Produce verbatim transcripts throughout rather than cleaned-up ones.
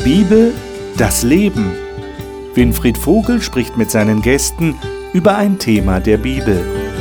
Bibel, das Leben. Winfried Vogel spricht mit seinen Gästen über ein Thema der Bibel.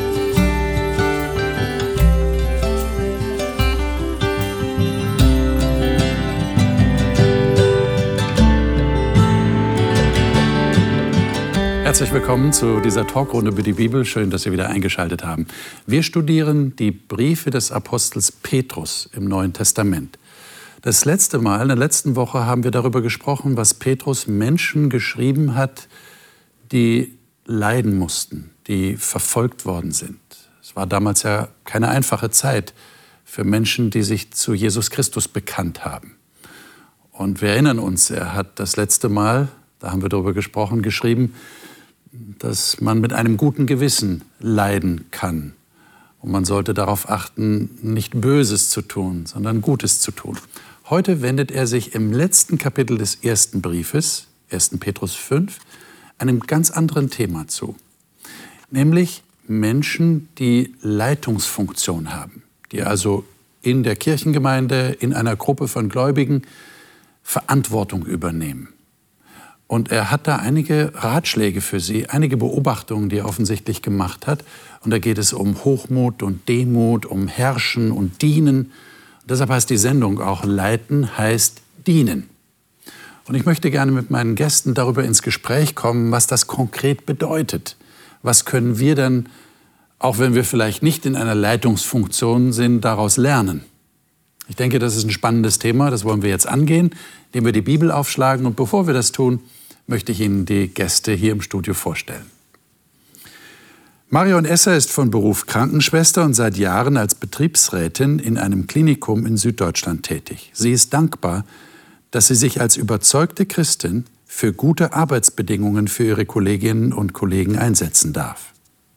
Herzlich willkommen zu dieser Talkrunde über die Bibel. Schön, dass Sie wieder eingeschaltet haben. Wir studieren die Briefe des Apostels Petrus im Neuen Testament. Das letzte Mal, in der letzten Woche, haben wir darüber gesprochen, was Petrus Menschen geschrieben hat, die leiden mussten, die verfolgt worden sind. Es war damals ja keine einfache Zeit für Menschen, die sich zu Jesus Christus bekannt haben. Und wir erinnern uns, er hat das letzte Mal, da haben wir darüber gesprochen, geschrieben, dass man mit einem guten Gewissen leiden kann. Und man sollte darauf achten, nicht Böses zu tun, sondern Gutes zu tun. Heute wendet er sich im letzten Kapitel des ersten Briefes, ersten Petrus fünf, einem ganz anderen Thema zu. Nämlich Menschen, die Leitungsfunktion haben, die also in der Kirchengemeinde, in einer Gruppe von Gläubigen Verantwortung übernehmen. Und er hat da einige Ratschläge für sie, einige Beobachtungen, die er offensichtlich gemacht hat. Und da geht es um Hochmut und Demut, um Herrschen und Dienen. Und deshalb heißt die Sendung auch Leiten heißt Dienen. Und ich möchte gerne mit meinen Gästen darüber ins Gespräch kommen, was das konkret bedeutet. Was können wir dann, auch wenn wir vielleicht nicht in einer Leitungsfunktion sind, daraus lernen? Ich denke, das ist ein spannendes Thema, das wollen wir jetzt angehen, indem wir die Bibel aufschlagen. Und bevor wir das tun, möchte ich Ihnen die Gäste hier im Studio vorstellen. Marion Esser ist von Beruf Krankenschwester und seit Jahren als Betriebsrätin in einem Klinikum in Süddeutschland tätig. Sie ist dankbar, dass sie sich als überzeugte Christin für gute Arbeitsbedingungen für ihre Kolleginnen und Kollegen einsetzen darf.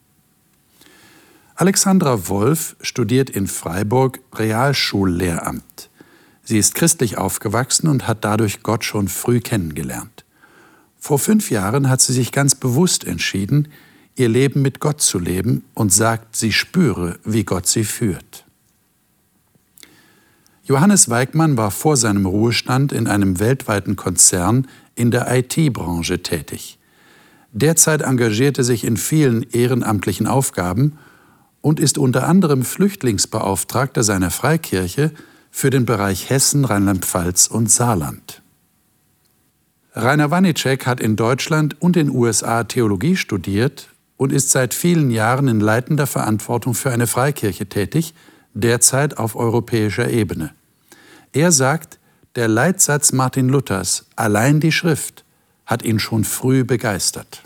Alexandra Wolf studiert in Freiburg Realschullehramt. Sie ist christlich aufgewachsen und hat dadurch Gott schon früh kennengelernt. Vor fünf Jahren hat sie sich ganz bewusst entschieden, ihr Leben mit Gott zu leben und sagt, sie spüre, wie Gott sie führt. Johannes Weigmann war vor seinem Ruhestand in einem weltweiten Konzern in der I T-Branche tätig. Derzeit engagiert er sich in vielen ehrenamtlichen Aufgaben und ist unter anderem Flüchtlingsbeauftragter seiner Freikirche für den Bereich Hessen, Rheinland-Pfalz und Saarland. Rainer Wanicek hat in Deutschland und den U S A Theologie studiert und ist seit vielen Jahren in leitender Verantwortung für eine Freikirche tätig, derzeit auf europäischer Ebene. Er sagt, der Leitsatz Martin Luthers, allein die Schrift, hat ihn schon früh begeistert.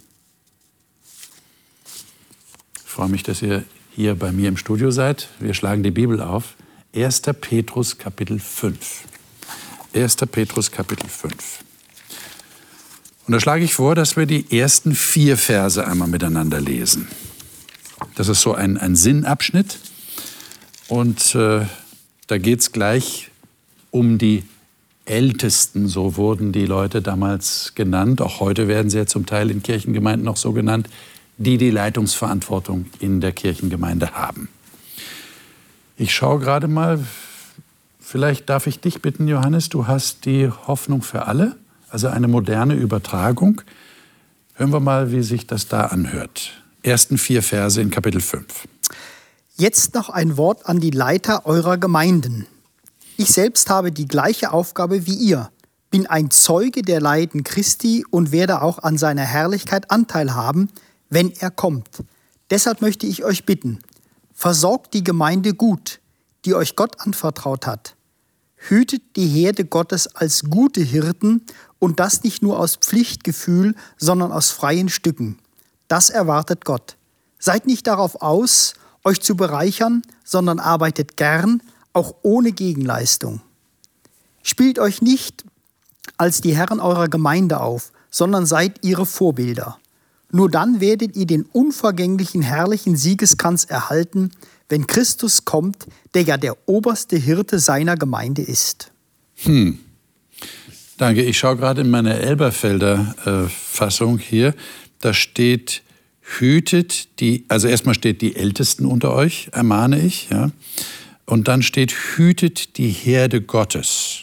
Ich freue mich, dass ihr hier bei mir im Studio seid. Wir schlagen die Bibel auf. erster Petrus Kapitel fünf. erster Petrus Kapitel fünf. Und da schlage ich vor, dass wir die ersten vier Verse einmal miteinander lesen. Das ist so ein, ein Sinnabschnitt. Und äh, da geht es gleich um die Ältesten, so wurden die Leute damals genannt. Auch heute werden sie ja zum Teil in Kirchengemeinden noch so genannt, die die Leitungsverantwortung in der Kirchengemeinde haben. Ich schaue gerade mal, vielleicht darf ich dich bitten, Johannes, du hast die Hoffnung für alle, also eine moderne Übertragung. Hören wir mal, wie sich das da anhört. Ersten vier Verse in Kapitel fünf. Jetzt noch ein Wort an die Leiter eurer Gemeinden. Ich selbst habe die gleiche Aufgabe wie ihr, bin ein Zeuge der Leiden Christi und werde auch an seiner Herrlichkeit Anteil haben, wenn er kommt. Deshalb möchte ich euch bitten, versorgt die Gemeinde gut, die euch Gott anvertraut hat. Hütet die Herde Gottes als gute Hirten und das nicht nur aus Pflichtgefühl, sondern aus freien Stücken. Das erwartet Gott. Seid nicht darauf aus, euch zu bereichern, sondern arbeitet gern, auch ohne Gegenleistung. Spielt euch nicht als die Herren eurer Gemeinde auf, sondern seid ihre Vorbilder. Nur dann werdet ihr den unvergänglichen, herrlichen Siegeskranz erhalten, wenn Christus kommt, der ja der oberste Hirte seiner Gemeinde ist. Hm. Danke. Ich schaue gerade in meine Elberfelder äh, Fassung hier. Da steht, hütet die, also erstmal steht die Ältesten unter euch, ermahne ich. Ja. Und dann steht, hütet die Herde Gottes.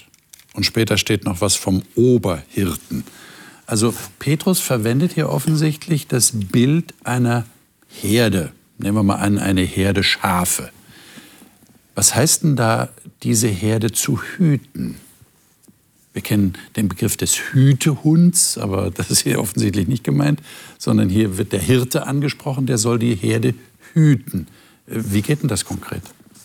Und später steht noch was vom Oberhirten. Also Petrus verwendet hier offensichtlich das Bild einer Herde. Nehmen wir mal an, eine Herde Schafe. Was heißt denn da, diese Herde zu hüten? Wir kennen den Begriff des Hütehunds, aber das ist hier offensichtlich nicht gemeint, sondern hier wird der Hirte angesprochen, der soll die Herde hüten. Wie geht denn das konkret?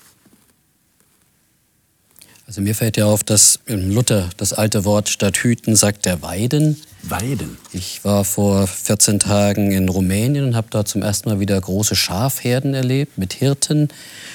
Also mir fällt ja auf, dass im Luther das alte Wort statt hüten sagt der weiden. Weiden? Ich war vor vierzehn Tagen in Rumänien und habe da zum ersten Mal wieder große Schafherden erlebt mit Hirten.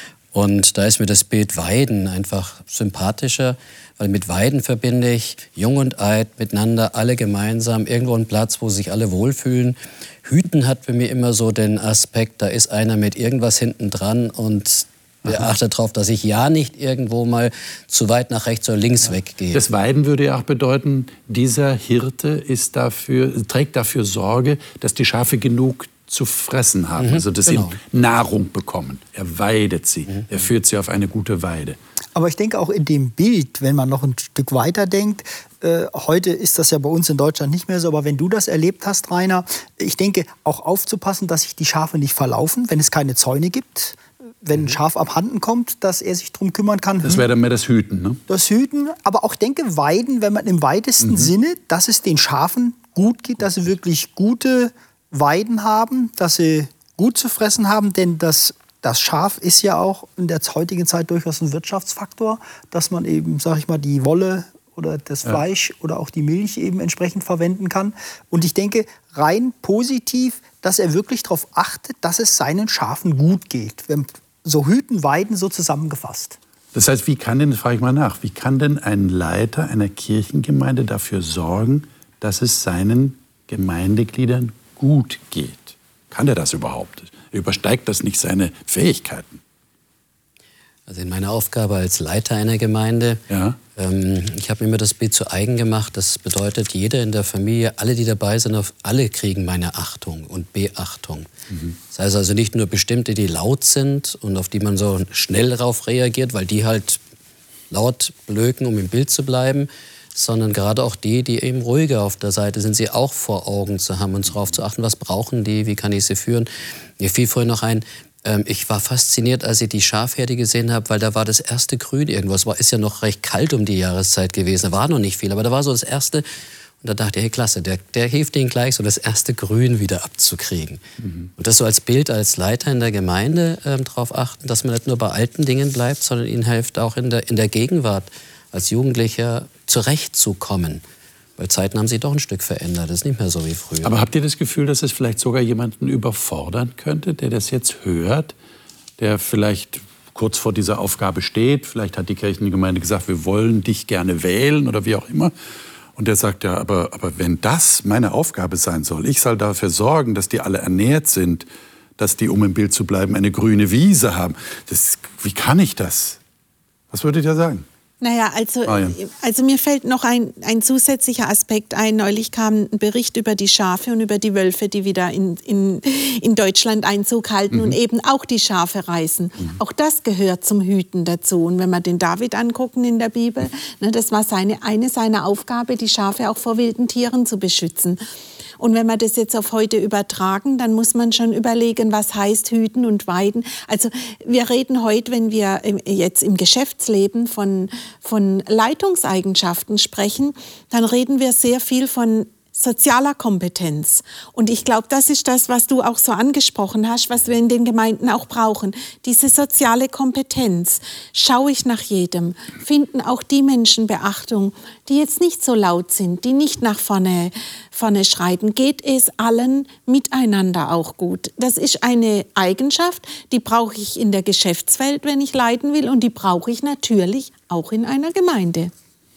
Und da ist mir das Bild Weiden einfach sympathischer, weil mit Weiden verbinde ich Jung und Alt miteinander, alle gemeinsam, irgendwo ein Platz, wo sich alle wohlfühlen. Hüten hat bei mir immer so den Aspekt, da ist einer mit irgendwas hinten dran und der achtet darauf, dass ich ja nicht irgendwo mal zu weit nach rechts oder links ja. weggehe. Das Weiden würde ja auch bedeuten, dieser Hirte ist dafür, trägt dafür Sorge, dass die Schafe genug zu fressen haben, mhm, also dass genau. sie Nahrung bekommen. Er weidet sie, mhm. er führt sie auf eine gute Weide. Aber ich denke auch in dem Bild, wenn man noch ein Stück weiter denkt, äh, heute ist das ja bei uns in Deutschland nicht mehr so, aber wenn du das erlebt hast, Rainer, ich denke auch aufzupassen, dass sich die Schafe nicht verlaufen, wenn es keine Zäune gibt. Wenn ein Schaf abhanden kommt, dass er sich darum kümmern kann. Das wäre dann mehr das Hüten, ne? Das Hüten, aber auch, denke, Weiden, wenn man im weitesten mhm. Sinne, dass es den Schafen gut geht, dass sie wirklich gute Weiden haben, dass sie gut zu fressen haben, denn das, das Schaf ist ja auch in der heutigen Zeit durchaus ein Wirtschaftsfaktor, dass man eben, sag ich mal, die Wolle oder das ja. Fleisch oder auch die Milch eben entsprechend verwenden kann. Und ich denke, rein positiv, dass er wirklich darauf achtet, dass es seinen Schafen gut geht. So Hüten, Weiden so zusammengefasst. Das heißt, wie kann denn, das frage ich mal nach, wie kann denn ein Leiter einer Kirchengemeinde dafür sorgen, dass es seinen Gemeindegliedern gut geht? Kann er das überhaupt? Übersteigt das nicht seine Fähigkeiten? Also in meiner Aufgabe als Leiter einer Gemeinde, ja. ähm, ich habe mir immer das Bild zu eigen gemacht. Das bedeutet, jeder in der Familie, alle, die dabei sind, alle kriegen meine Achtung und Beachtung. Mhm. Das heißt also nicht nur bestimmte, die laut sind und auf die man so schnell darauf reagiert, weil die halt laut blöken, um im Bild zu bleiben, sondern gerade auch die, die eben ruhiger auf der Seite sind, sie auch vor Augen zu haben und darauf zu achten, was brauchen die, wie kann ich sie führen. Mir fiel vorhin noch ein, ich war fasziniert, als ich die Schafherde gesehen habe, weil da war das erste Grün irgendwo. Es war, ist ja noch recht kalt um die Jahreszeit gewesen, da war noch nicht viel, aber da war so das erste. Und da dachte ich, hey, klasse, der, der hilft ihnen gleich, so das erste Grün wieder abzukriegen. Mhm. Und das so als Bild, als Leiter in der Gemeinde ähm, darauf achten, dass man nicht nur bei alten Dingen bleibt, sondern ihnen hilft auch in der, in der Gegenwart als Jugendlicher zurechtzukommen. Weil Zeiten haben sich doch ein Stück verändert. Das ist nicht mehr so wie früher. Aber habt ihr das Gefühl, dass es vielleicht sogar jemanden überfordern könnte, der das jetzt hört, der vielleicht kurz vor dieser Aufgabe steht? Vielleicht hat die Kirchengemeinde gesagt, wir wollen dich gerne wählen oder wie auch immer. Und der sagt, ja, aber, aber wenn das meine Aufgabe sein soll, ich soll dafür sorgen, dass die alle ernährt sind, dass die, um im Bild zu bleiben, eine grüne Wiese haben. Das, wie kann ich das? Was würdet ihr sagen? Naja, also, also mir fällt noch ein, ein zusätzlicher Aspekt ein. Neulich kam ein Bericht über die Schafe und über die Wölfe, die wieder in, in, in Deutschland Einzug halten mhm. und eben auch die Schafe reißen. Mhm. Auch das gehört zum Hüten dazu. Und wenn wir den David angucken in der Bibel, mhm. ne, das war seine, eine seiner Aufgabe, die Schafe auch vor wilden Tieren zu beschützen. Und wenn wir das jetzt auf heute übertragen, dann muss man schon überlegen, was heißt hüten und weiden. Also wir reden heute, wenn wir jetzt im Geschäftsleben von, von Leitungseigenschaften sprechen, dann reden wir sehr viel von sozialer Kompetenz. Und ich glaube, das ist das, was du auch so angesprochen hast, was wir in den Gemeinden auch brauchen. Diese soziale Kompetenz. Schaue ich nach jedem? Finden auch die Menschen Beachtung, die jetzt nicht so laut sind, die nicht nach vorne, vorne schreiten? Geht es allen miteinander auch gut? Das ist eine Eigenschaft, die brauche ich in der Geschäftswelt, wenn ich leiten will, und die brauche ich natürlich auch in einer Gemeinde.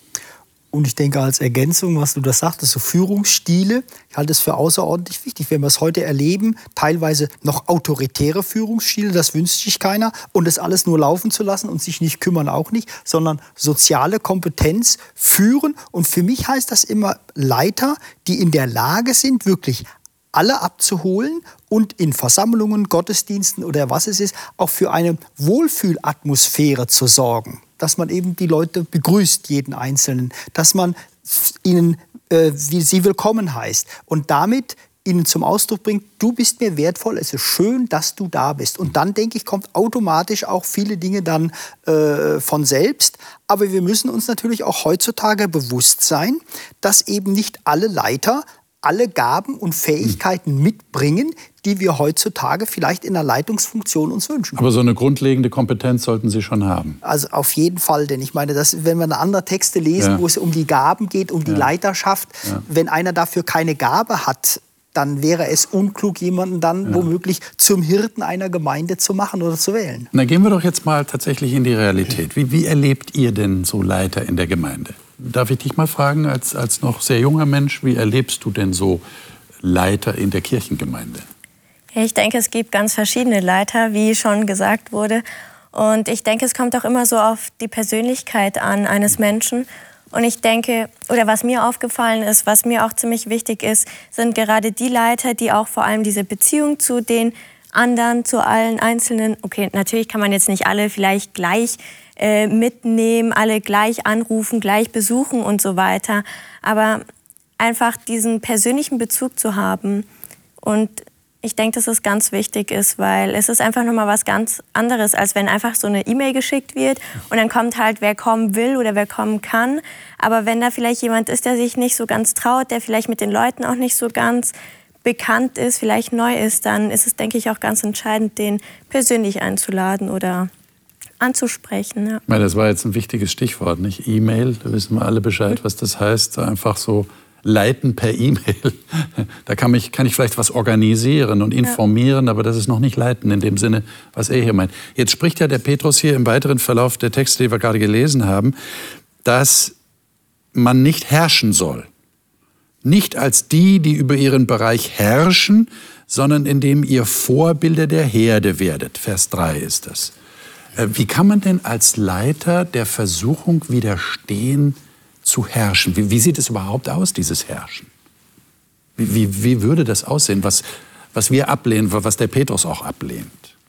Und ich denke, als Ergänzung, was du da sagtest, so Führungsstile, ich halte es für außerordentlich wichtig, wenn wir es heute erleben, teilweise noch autoritäre Führungsstile, das wünscht sich keiner, und das alles nur laufen zu lassen und sich nicht kümmern auch nicht, sondern soziale Kompetenz führen. Und für mich heißt das immer Leiter, die in der Lage sind, wirklich alle abzuholen und in Versammlungen, Gottesdiensten oder was es ist, auch für eine Wohlfühlatmosphäre zu sorgen. dass man eben die Leute begrüßt, jeden Einzelnen, dass man ihnen äh, wie sie willkommen heißt und damit ihnen zum Ausdruck bringt, du bist mir wertvoll, es ist schön, dass du da bist. Und dann, denke ich, kommt automatisch auch viele Dinge dann äh, von selbst. Aber wir müssen uns natürlich auch heutzutage bewusst sein, dass eben nicht alle Leiter alle Gaben und Fähigkeiten mitbringen, die wir heutzutage vielleicht in der Leitungsfunktion uns wünschen. Aber so eine grundlegende Kompetenz sollten Sie schon haben. Also auf jeden Fall, denn ich meine, dass, wenn wir andere Texte lesen, ja. wo es um die Gaben geht, um die ja. Leiterschaft, ja. wenn einer dafür keine Gabe hat, dann wäre es unklug, jemanden dann ja. womöglich zum Hirten einer Gemeinde zu machen oder zu wählen. Na, gehen wir doch jetzt mal tatsächlich in die Realität. Wie, wie erlebt ihr denn so Leiter in der Gemeinde? Darf ich dich mal fragen, als, als noch sehr junger Mensch, wie erlebst du denn so Leiter in der Kirchengemeinde? Ja, ich denke, es gibt ganz verschiedene Leiter, wie schon gesagt wurde. Und ich denke, es kommt auch immer so auf die Persönlichkeit an eines Menschen. Und ich denke, oder was mir aufgefallen ist, was mir auch ziemlich wichtig ist, sind gerade die Leiter, die auch vor allem diese Beziehung zu den anderen, zu allen Einzelnen, okay, natürlich kann man jetzt nicht alle vielleicht gleich äh, mitnehmen, alle gleich anrufen, gleich besuchen und so weiter, aber einfach diesen persönlichen Bezug zu haben. Und ich denke, dass es ganz wichtig ist, weil es ist einfach nochmal was ganz anderes, als wenn einfach so eine E-Mail geschickt wird und dann kommt halt, wer kommen will oder wer kommen kann. Aber wenn da vielleicht jemand ist, der sich nicht so ganz traut, der vielleicht mit den Leuten auch nicht so ganz bekannt ist, vielleicht neu ist, dann ist es, denke ich, auch ganz entscheidend, den persönlich einzuladen oder anzusprechen. Ja. Ich meine, das war jetzt ein wichtiges Stichwort, nicht? E-Mail, da wissen wir alle Bescheid, was das heißt. Einfach so leiten per E-Mail. Da kann, mich, kann ich vielleicht was organisieren und informieren, ja. aber das ist noch nicht leiten in dem Sinne, was er hier meint. Jetzt spricht ja der Petrus hier im weiteren Verlauf der Texte, die wir gerade gelesen haben, dass man nicht herrschen soll. Nicht als die, die über ihren Bereich herrschen, sondern indem ihr Vorbilder der Herde werdet. Vers drei ist das. Wie kann man denn als Leiter der Versuchung widerstehen, zu herrschen? Wie, wie sieht es überhaupt aus, dieses Herrschen? Wie, wie, wie würde das aussehen, was, was wir ablehnen, was der Petrus auch ablehnt?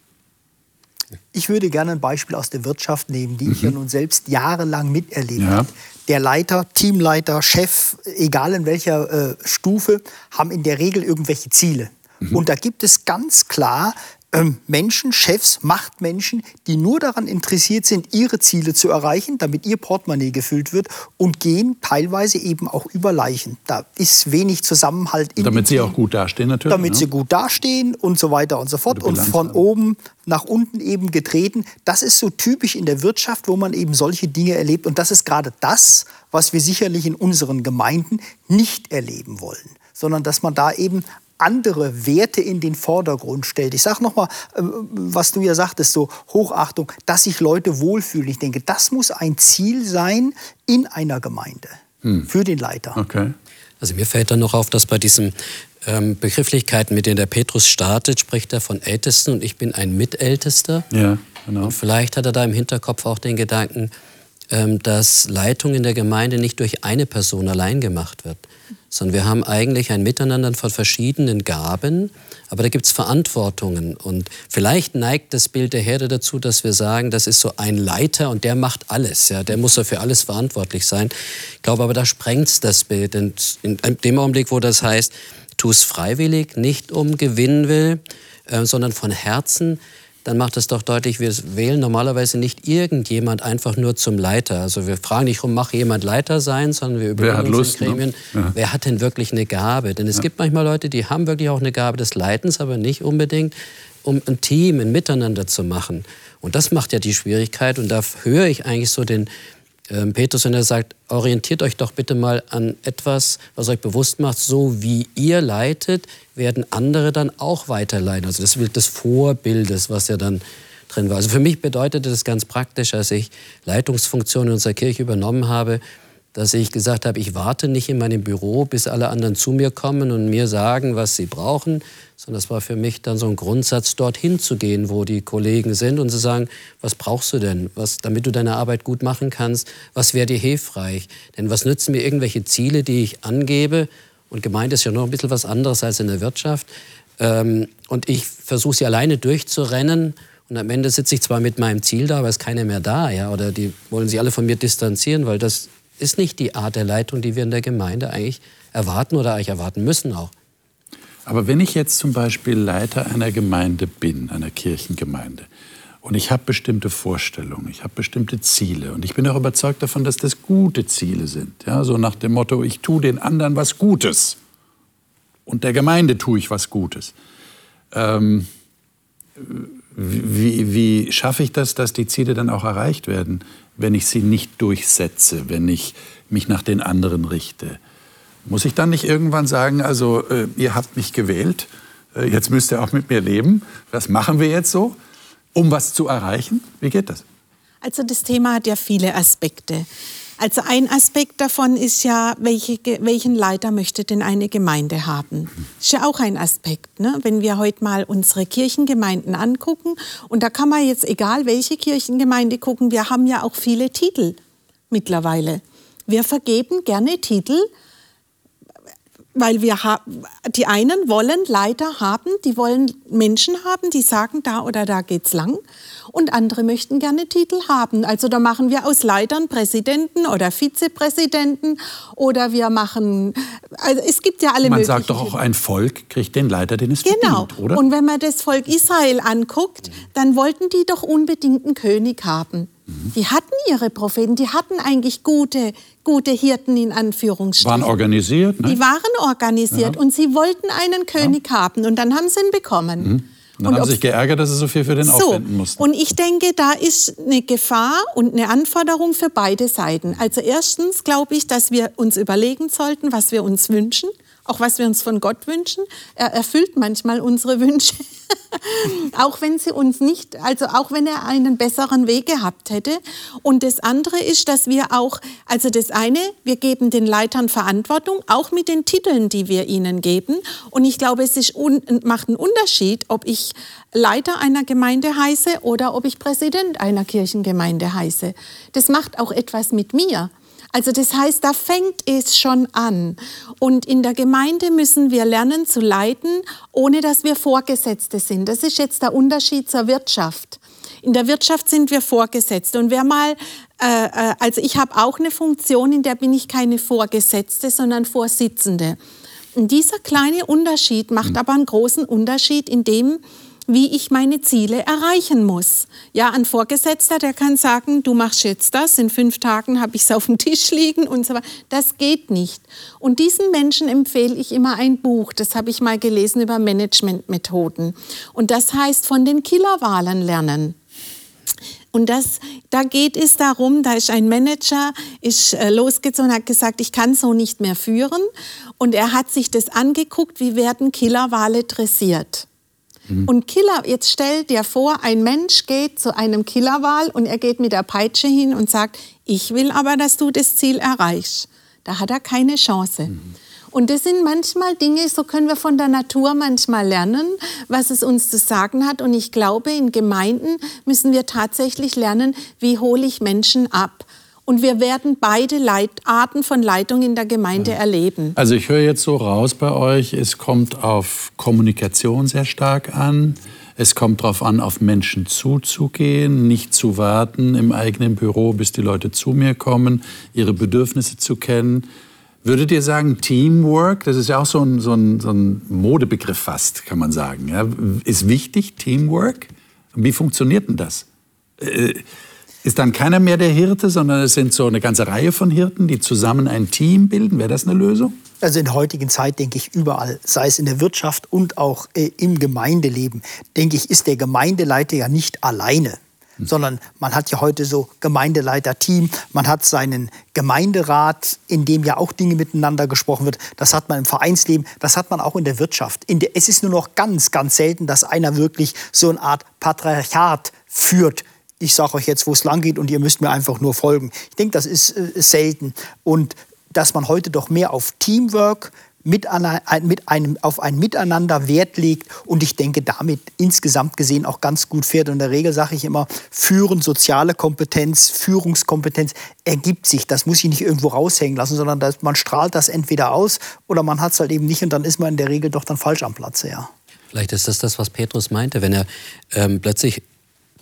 Ich würde gerne ein Beispiel aus der Wirtschaft nehmen, die mhm. ich ja nun selbst jahrelang miterlebt ja. habe. Der Leiter, Teamleiter, Chef, egal in welcher äh, Stufe, haben in der Regel irgendwelche Ziele. Mhm. Und da gibt es ganz klar ähm, Menschen, Chefs, Machtmenschen, die nur daran interessiert sind, ihre Ziele zu erreichen, damit ihr Portemonnaie gefüllt wird und gehen teilweise eben auch über Leichen. Da ist wenig Zusammenhalt. In damit sie auch gut dastehen natürlich. Damit ne? sie gut dastehen und so weiter und so fort. Und von haben. oben nach unten eben getreten. Das ist so typisch in der Wirtschaft, wo man eben solche Dinge erlebt. Und das ist gerade das, was wir sicherlich in unseren Gemeinden nicht erleben wollen. Sondern dass man da eben andere Werte in den Vordergrund stellt. Ich sage nochmal, was du ja sagtest, so Hochachtung, dass sich Leute wohlfühlen. Ich denke, das muss ein Ziel sein in einer Gemeinde hm. für den Leiter. Okay. Also mir fällt dann noch auf, dass bei diesen ähm, Begrifflichkeiten, mit denen der Petrus startet, spricht er von Ältesten und ich bin ein Mitältester. Ja, genau. Und vielleicht hat er da im Hinterkopf auch den Gedanken, ähm, dass Leitung in der Gemeinde nicht durch eine Person allein gemacht wird, sondern wir haben eigentlich ein Miteinander von verschiedenen Gaben, aber da gibt es Verantwortungen. Und vielleicht neigt das Bild der Herde dazu, dass wir sagen, das ist so ein Leiter und der macht alles. Ja, der muss ja für alles verantwortlich sein. Ich glaube aber, da sprengt es das Bild. Und in dem Augenblick, wo das heißt, tu es freiwillig, nicht um Gewinn will, äh, sondern von Herzen, dann macht es doch deutlich, wir wählen normalerweise nicht irgendjemand einfach nur zum Leiter. Also wir fragen nicht rum, mache jemand Leiter sein, sondern wir überlegen uns in Gremien, ne? ja. wer hat denn wirklich eine Gabe? Denn es ja. gibt manchmal Leute, die haben wirklich auch eine Gabe des Leitens, aber nicht unbedingt, um ein Team, ein Miteinander zu machen. Und das macht ja die Schwierigkeit. Und da höre ich eigentlich so den ähm, Petrus, wenn er sagt, orientiert euch doch bitte mal an etwas, was euch bewusst macht, so wie ihr leitet, werden andere dann auch weiterleiten. Also das Bild des Vorbildes, was ja dann drin war. Also für mich bedeutete das ganz praktisch, als ich Leitungsfunktionen in unserer Kirche übernommen habe, dass ich gesagt habe, ich warte nicht in meinem Büro, bis alle anderen zu mir kommen und mir sagen, was sie brauchen, sondern das war für mich dann so ein Grundsatz, dorthin zu gehen, wo die Kollegen sind und zu sagen, was brauchst du denn, was, damit du deine Arbeit gut machen kannst, was wäre dir hilfreich? Denn was nützen mir irgendwelche Ziele, die ich angebe? Und Gemeinde ist ja noch ein bisschen was anderes als in der Wirtschaft. Und ich versuche sie alleine durchzurennen Und am Ende sitze ich zwar mit meinem Ziel da, aber es ist keiner mehr da. Ja? Oder die wollen sich alle von mir distanzieren, weil das ist nicht die Art der Leitung, die wir in der Gemeinde eigentlich erwarten oder eigentlich erwarten müssen auch. Aber wenn ich jetzt zum Beispiel Leiter einer Gemeinde bin, einer Kirchengemeinde, und ich habe bestimmte Vorstellungen, ich habe bestimmte Ziele und ich bin auch überzeugt davon, dass das gute Ziele sind. Ja, so nach dem Motto, ich tue den anderen was Gutes und der Gemeinde tue ich was Gutes. Ähm, wie, wie schaffe ich das, dass die Ziele dann auch erreicht werden, wenn ich sie nicht durchsetze, wenn ich mich nach den anderen richte? Muss ich dann nicht irgendwann sagen, also äh, ihr habt mich gewählt, äh, jetzt müsst ihr auch mit mir leben, was machen wir jetzt so? Um was zu erreichen? Wie geht das? Also das Thema hat ja viele Aspekte. Also ein Aspekt davon ist ja, welche, welchen Leiter möchte denn eine Gemeinde haben? Das ist ja auch ein Aspekt, ne? Wenn wir heute mal unsere Kirchengemeinden angucken, und da kann man jetzt, egal welche Kirchengemeinde gucken, wir haben ja auch viele Titel mittlerweile. Wir vergeben gerne Titel, weil wir die einen wollen Leiter haben, die wollen Menschen haben, die sagen, da oder da geht's lang. Und andere möchten gerne Titel haben. Also da machen wir aus Leitern Präsidenten oder Vizepräsidenten oder wir machen, also es gibt ja alle möglichen. Man sagt doch auch, ein Volk kriegt den Leiter, den es verdient, genau. Oder? Und wenn man das Volk Israel anguckt, dann wollten die doch unbedingt einen König haben. Mhm. Die hatten ihre Propheten, die hatten eigentlich gute, gute Hirten in Anführungsstrichen. Waren organisiert, ne? Die waren organisiert, ja. Und sie wollten einen König, ja, haben und dann haben sie ihn bekommen. Mhm. Und dann und haben sie sich geärgert, dass sie so viel für den so aufwenden mussten. Und ich denke, da ist eine Gefahr und eine Anforderung für beide Seiten. Also erstens glaube ich, dass wir uns überlegen sollten, was wir uns wünschen, auch was wir uns von Gott wünschen. Er erfüllt manchmal unsere Wünsche, auch wenn sie uns nicht, also auch wenn er einen besseren Weg gehabt hätte. Und das andere ist, dass wir auch, also das eine, wir geben den Leitern Verantwortung, auch mit den Titeln, die wir ihnen geben. Und ich glaube, es ist un, macht einen Unterschied, ob ich Leiter einer Gemeinde heiße oder ob ich Präsident einer Kirchengemeinde heiße. Das macht auch etwas mit mir. Also das heißt, da fängt es schon an. Und in der Gemeinde müssen wir lernen zu leiten, ohne dass wir Vorgesetzte sind. Das ist jetzt der Unterschied zur Wirtschaft. In der Wirtschaft sind wir Vorgesetzte. Und wer mal, äh, also ich habe auch eine Funktion, in der bin ich keine Vorgesetzte, sondern Vorsitzende. Und dieser kleine Unterschied macht aber einen großen Unterschied in dem, wie ich meine Ziele erreichen muss. Ja, ein Vorgesetzter, der kann sagen, du machst jetzt das, in fünf Tagen habe ich es auf dem Tisch liegen und so weiter. Das geht nicht. Und diesen Menschen empfehle ich immer ein Buch, das habe ich mal gelesen über Managementmethoden. Und das heißt, von den Killerwahlen lernen. Und das, da geht es darum, da ist ein Manager, ist äh, losgezogen und hat gesagt, ich kann so nicht mehr führen. Und er hat sich das angeguckt, wie werden Killerwale dressiert. Mhm. Und Killer, jetzt stell dir vor, ein Mensch geht zu einem Killerwal und er geht mit der Peitsche hin und sagt, ich will aber, dass du das Ziel erreichst. Da hat er keine Chance. Mhm. Und das sind manchmal Dinge, so können wir von der Natur manchmal lernen, was es uns zu sagen hat. Und ich glaube, in Gemeinden müssen wir tatsächlich lernen, wie hole ich Menschen ab. Und wir werden beide Leit- Arten von Leitung in der Gemeinde ja. erleben. Also ich höre jetzt so raus bei euch, es kommt auf Kommunikation sehr stark an. Es kommt darauf an, auf Menschen zuzugehen, nicht zu warten im eigenen Büro, bis die Leute zu mir kommen, ihre Bedürfnisse zu kennen. Würdet ihr sagen, Teamwork, das ist ja auch so ein, so ein, so ein Modebegriff fast, kann man sagen, ja, ist wichtig, Teamwork? Wie funktioniert denn das? Äh, Ist dann keiner mehr der Hirte, sondern es sind so eine ganze Reihe von Hirten, die zusammen ein Team bilden? Wäre das eine Lösung? Also in der heutigen Zeit, denke ich, überall, sei es in der Wirtschaft und auch äh, im Gemeindeleben, denke ich, ist der Gemeindeleiter ja nicht alleine. Hm. Sondern man hat ja heute so Gemeindeleiter-Team, man hat seinen Gemeinderat, in dem ja auch Dinge miteinander gesprochen wird. Das hat man im Vereinsleben, das hat man auch in der Wirtschaft. In der, es ist nur noch ganz, ganz selten, dass einer wirklich so eine Art Patriarchat führt. Ich sage euch jetzt, wo es lang geht und ihr müsst mir einfach nur folgen. Ich denke, das ist äh, selten. Und dass man heute doch mehr auf Teamwork, mit, an, mit einem, auf ein Miteinander Wert legt und ich denke, damit insgesamt gesehen auch ganz gut fährt. Und in der Regel sage ich immer, Führen, soziale Kompetenz, Führungskompetenz ergibt sich. Das muss ich nicht irgendwo raushängen lassen, sondern das, man strahlt das entweder aus oder man hat es halt eben nicht und dann ist man in der Regel doch dann falsch am Platze. Ja. Vielleicht ist das das, was Petrus meinte, wenn er ähm, plötzlich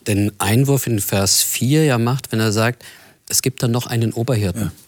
den Einwurf in Vers vier ja macht, wenn er sagt, es gibt dann noch einen Oberhirten. Ja.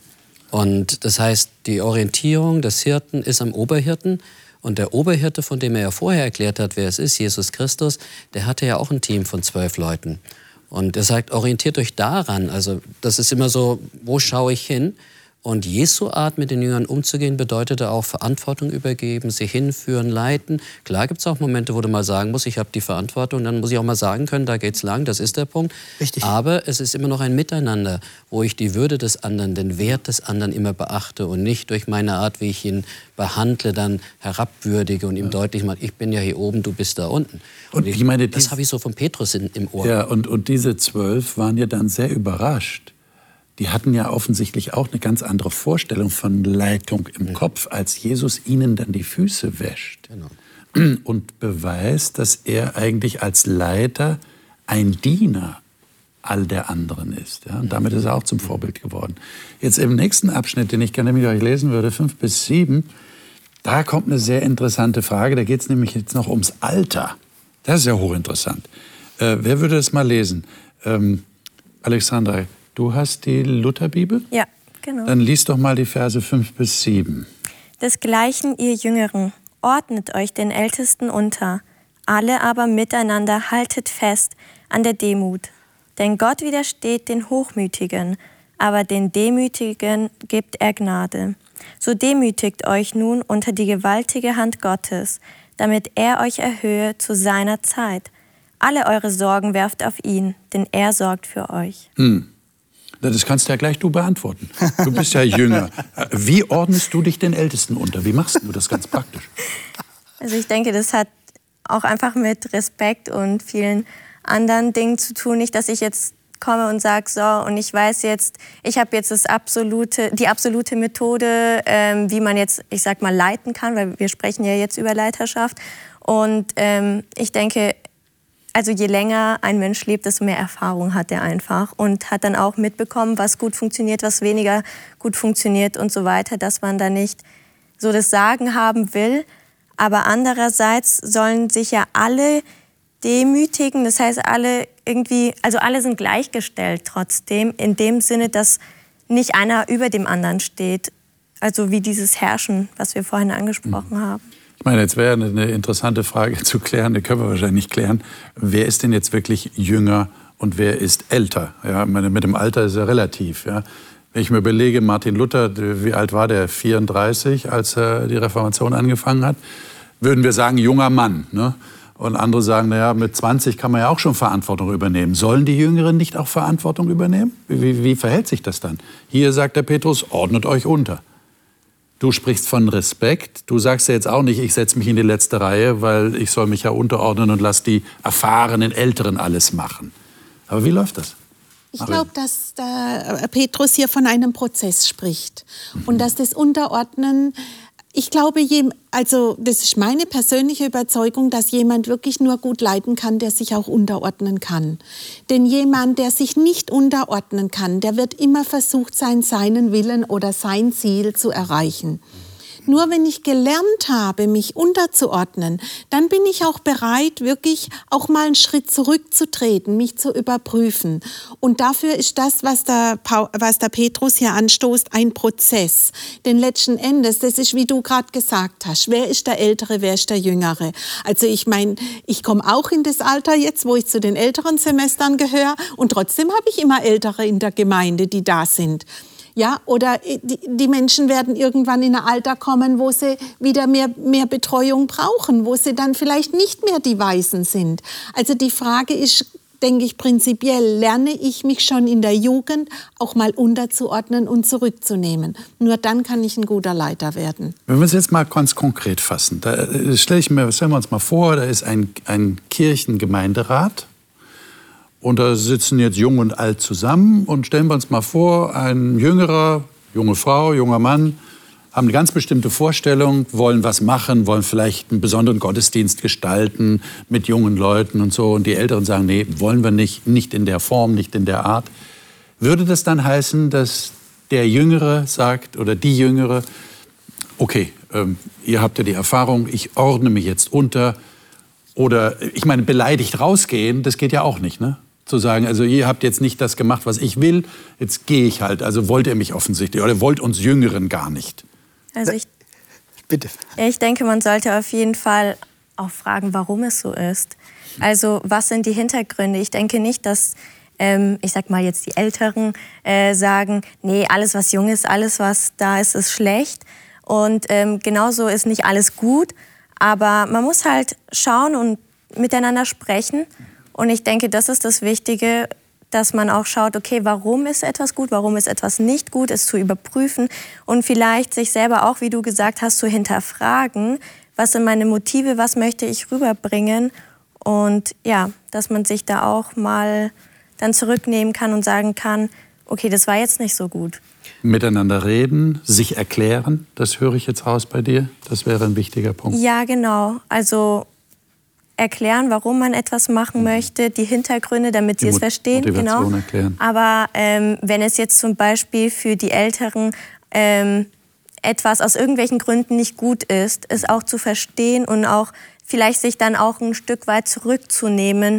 Und das heißt, die Orientierung des Hirten ist am Oberhirten. Und der Oberhirte, von dem er ja vorher erklärt hat, wer es ist, Jesus Christus, der hatte ja auch ein Team von zwölf Leuten. Und er sagt, orientiert euch daran. Also das ist immer so, wo schaue ich hin? Und Jesu Art, mit den Jüngern umzugehen, bedeutete auch Verantwortung übergeben, sie hinführen, leiten. Klar gibt es auch Momente, wo du mal sagen musst, ich habe die Verantwortung, dann muss ich auch mal sagen können, da geht's lang, das ist der Punkt. Richtig. Aber es ist immer noch ein Miteinander, wo ich die Würde des anderen, den Wert des anderen immer beachte und nicht durch meine Art, wie ich ihn behandle, dann herabwürdige und ihm ja. deutlich mache, ich bin ja hier oben, du bist da unten. Und, und ich, ich meine, das habe ich so von Petrus in, im Ohr. Ja, und, und diese zwölf waren ja dann sehr überrascht. Die hatten ja offensichtlich auch eine ganz andere Vorstellung von Leitung im ja. Kopf, als Jesus ihnen dann die Füße wäscht. Genau. Und beweist, dass er eigentlich als Leiter ein Diener all der anderen ist. Ja? Und damit ist er auch zum Vorbild geworden. Jetzt im nächsten Abschnitt, den ich gerne mit euch lesen würde, fünf bis sieben, da kommt eine sehr interessante Frage. Da geht es nämlich jetzt noch ums Alter. Das ist ja hochinteressant. Äh, wer würde das mal lesen? Ähm, Alexandra, du hast die Lutherbibel? Ja, genau. Dann lies doch mal die Verse fünf bis sieben. Desgleichen, ihr Jüngeren, ordnet euch den Ältesten unter. Alle aber miteinander haltet fest an der Demut. Denn Gott widersteht den Hochmütigen, aber den Demütigen gibt er Gnade. So demütigt euch nun unter die gewaltige Hand Gottes, damit er euch erhöhe zu seiner Zeit. Alle eure Sorgen werft auf ihn, denn er sorgt für euch. Hm. Das kannst ja gleich du beantworten. Du bist ja jünger. Wie ordnest du dich den Ältesten unter? Wie machst du das ganz praktisch? Also ich denke, das hat auch einfach mit Respekt und vielen anderen Dingen zu tun. Nicht, dass ich jetzt komme und sage, so, und ich weiß jetzt, ich habe jetzt das absolute, die absolute Methode, ähm, wie man jetzt, ich sag mal, leiten kann, weil wir sprechen ja jetzt über Leiterschaft. Und ähm, ich denke, also je länger ein Mensch lebt, desto mehr Erfahrung hat er einfach und hat dann auch mitbekommen, was gut funktioniert, was weniger gut funktioniert und so weiter, dass man da nicht so das Sagen haben will. Aber andererseits sollen sich ja alle demütigen, das heißt alle irgendwie, also alle sind gleichgestellt trotzdem, in dem Sinne, dass nicht einer über dem anderen steht. Also wie dieses Herrschen, was wir vorhin angesprochen haben. Ich meine, jetzt wäre eine interessante Frage zu klären, die können wir wahrscheinlich nicht klären. Wer ist denn jetzt wirklich jünger und wer ist älter? Ja, meine, mit dem Alter ist ja relativ. Ja. Wenn ich mir überlege, Martin Luther, wie alt war der? vierunddreißig, als er die Reformation angefangen hat. Würden wir sagen, junger Mann. Ne? Und andere sagen, naja, mit zwanzig kann man ja auch schon Verantwortung übernehmen. Sollen die Jüngeren nicht auch Verantwortung übernehmen? Wie, wie verhält sich das dann? Hier sagt der Petrus, ordnet euch unter. Du sprichst von Respekt. Du sagst ja jetzt auch nicht, ich setze mich in die letzte Reihe, weil ich soll mich ja unterordnen und lass die erfahrenen Älteren alles machen. Aber wie läuft das? Ich glaube, dass der Petrus hier von einem Prozess spricht. Mhm. Und dass das Unterordnen, ich glaube, also das ist meine persönliche Überzeugung, dass jemand wirklich nur gut leiten kann, der sich auch unterordnen kann. Denn jemand, der sich nicht unterordnen kann, der wird immer versucht sein, seinen Willen oder sein Ziel zu erreichen. Nur wenn ich gelernt habe, mich unterzuordnen, dann bin ich auch bereit, wirklich auch mal einen Schritt zurückzutreten, mich zu überprüfen. Und dafür ist das, was der, was der Petrus hier anstoßt, ein Prozess. Denn letzten Endes, das ist, wie du gerade gesagt hast, wer ist der Ältere, wer ist der Jüngere? Also ich meine, ich komme auch in das Alter jetzt, wo ich zu den älteren Semestern gehöre, und trotzdem habe ich immer Ältere in der Gemeinde, die da sind. Ja, oder die, die Menschen werden irgendwann in ein Alter kommen, wo sie wieder mehr, mehr Betreuung brauchen, wo sie dann vielleicht nicht mehr die Weisen sind. Also die Frage ist, denke ich, prinzipiell, lerne ich mich schon in der Jugend auch mal unterzuordnen und zurückzunehmen. Nur dann kann ich ein guter Leiter werden. Wenn wir es jetzt mal ganz konkret fassen, da stelle ich mir, stellen wir uns mal vor, da ist ein, ein Kirchengemeinderat. Und da sitzen jetzt Jung und Alt zusammen und stellen wir uns mal vor, ein jüngerer, junge Frau, junger Mann haben eine ganz bestimmte Vorstellung, wollen was machen, wollen vielleicht einen besonderen Gottesdienst gestalten mit jungen Leuten und so. Und die Älteren sagen, nee, wollen wir nicht, nicht in der Form, nicht in der Art. Würde das dann heißen, dass der Jüngere sagt oder die Jüngere, okay, ähm, ihr habt ja die Erfahrung, ich ordne mich jetzt unter. Oder, ich meine, beleidigt rausgehen, das geht ja auch nicht, ne? Zu sagen, also ihr habt jetzt nicht das gemacht, was ich will, jetzt gehe ich halt. Also wollt ihr mich offensichtlich oder wollt uns Jüngeren gar nicht. Also ich, Bitte. Ich denke, man sollte auf jeden Fall auch fragen, warum es so ist. Also was sind die Hintergründe? Ich denke nicht, dass, ähm, ich sag mal jetzt die Älteren äh, sagen, nee, alles was jung ist, alles was da ist, ist schlecht. Und ähm, genauso ist nicht alles gut. Aber man muss halt schauen und miteinander sprechen. Und ich denke, das ist das Wichtige, dass man auch schaut, okay, warum ist etwas gut, warum ist etwas nicht gut, es zu überprüfen und vielleicht sich selber auch, wie du gesagt hast, zu hinterfragen, was sind meine Motive, was möchte ich rüberbringen und ja, dass man sich da auch mal dann zurücknehmen kann und sagen kann, okay, das war jetzt nicht so gut. Miteinander reden, sich erklären, das höre ich jetzt raus bei dir, das wäre ein wichtiger Punkt. Ja, genau, also erklären, warum man etwas machen möchte, die Hintergründe, damit sie es verstehen. Motivation genau. erklären. Aber ähm, wenn es jetzt zum Beispiel für die Älteren ähm, etwas aus irgendwelchen Gründen nicht gut ist, es auch zu verstehen und auch vielleicht sich dann auch ein Stück weit zurückzunehmen,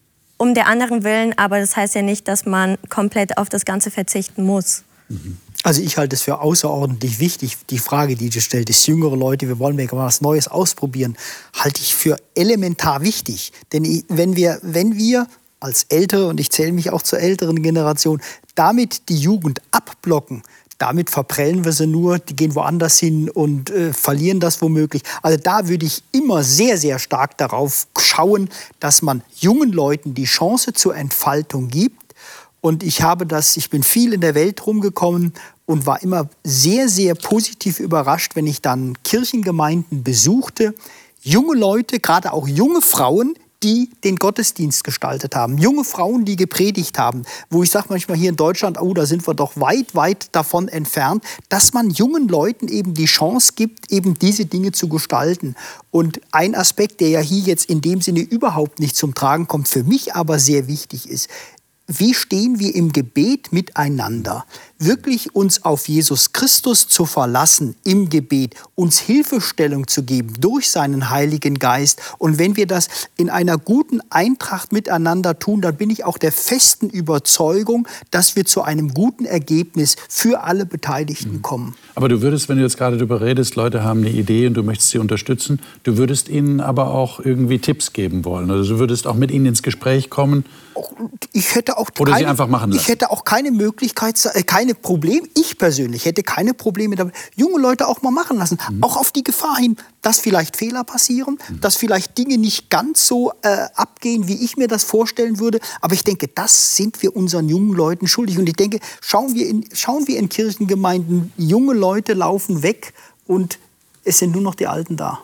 um der anderen Willen. Aber das heißt ja nicht, dass man komplett auf das Ganze verzichten muss. Mhm. Also ich halte es für außerordentlich wichtig, die Frage, die du stellst, jüngere Leute, wir wollen mal was Neues ausprobieren, halte ich für elementar wichtig. Denn wenn wir, wenn wir als Ältere, und ich zähle mich auch zur älteren Generation, damit die Jugend abblocken, damit verprellen wir sie nur, die gehen woanders hin und äh, verlieren das womöglich. Also da würde ich immer sehr, sehr stark darauf schauen, dass man jungen Leuten die Chance zur Entfaltung gibt. Und ich habe das, ich bin viel in der Welt rumgekommen und war immer sehr, sehr positiv überrascht, wenn ich dann Kirchengemeinden besuchte. Junge Leute, gerade auch junge Frauen, die den Gottesdienst gestaltet haben. Junge Frauen, die gepredigt haben. Wo ich sage manchmal hier in Deutschland, oh, da sind wir doch weit, weit davon entfernt, dass man jungen Leuten eben die Chance gibt, eben diese Dinge zu gestalten. Und ein Aspekt, der ja hier jetzt in dem Sinne überhaupt nicht zum Tragen kommt, für mich aber sehr wichtig ist, wie stehen wir im Gebet miteinander? Wirklich uns auf Jesus Christus zu verlassen im Gebet, uns Hilfestellung zu geben durch seinen Heiligen Geist. Und wenn wir das in einer guten Eintracht miteinander tun, dann bin ich auch der festen Überzeugung, dass wir zu einem guten Ergebnis für alle Beteiligten kommen. Aber du würdest, wenn du jetzt gerade darüber redest, Leute haben eine Idee und du möchtest sie unterstützen, du würdest ihnen aber auch irgendwie Tipps geben wollen. Also du würdest auch mit ihnen ins Gespräch kommen. Ich hätte auch Oder keine, sie einfach machen lassen. Ich hätte auch keine Möglichkeit, keine Probleme, ich persönlich hätte keine Probleme damit, junge Leute auch mal machen lassen. Mhm. Auch auf die Gefahr hin, dass vielleicht Fehler passieren, mhm. dass vielleicht Dinge nicht ganz so äh, abgehen, wie ich mir das vorstellen würde. Aber ich denke, das sind wir unseren jungen Leuten schuldig. Und ich denke, schauen wir in, schauen wir in Kirchengemeinden, junge Leute laufen weg und es sind nur noch die Alten da.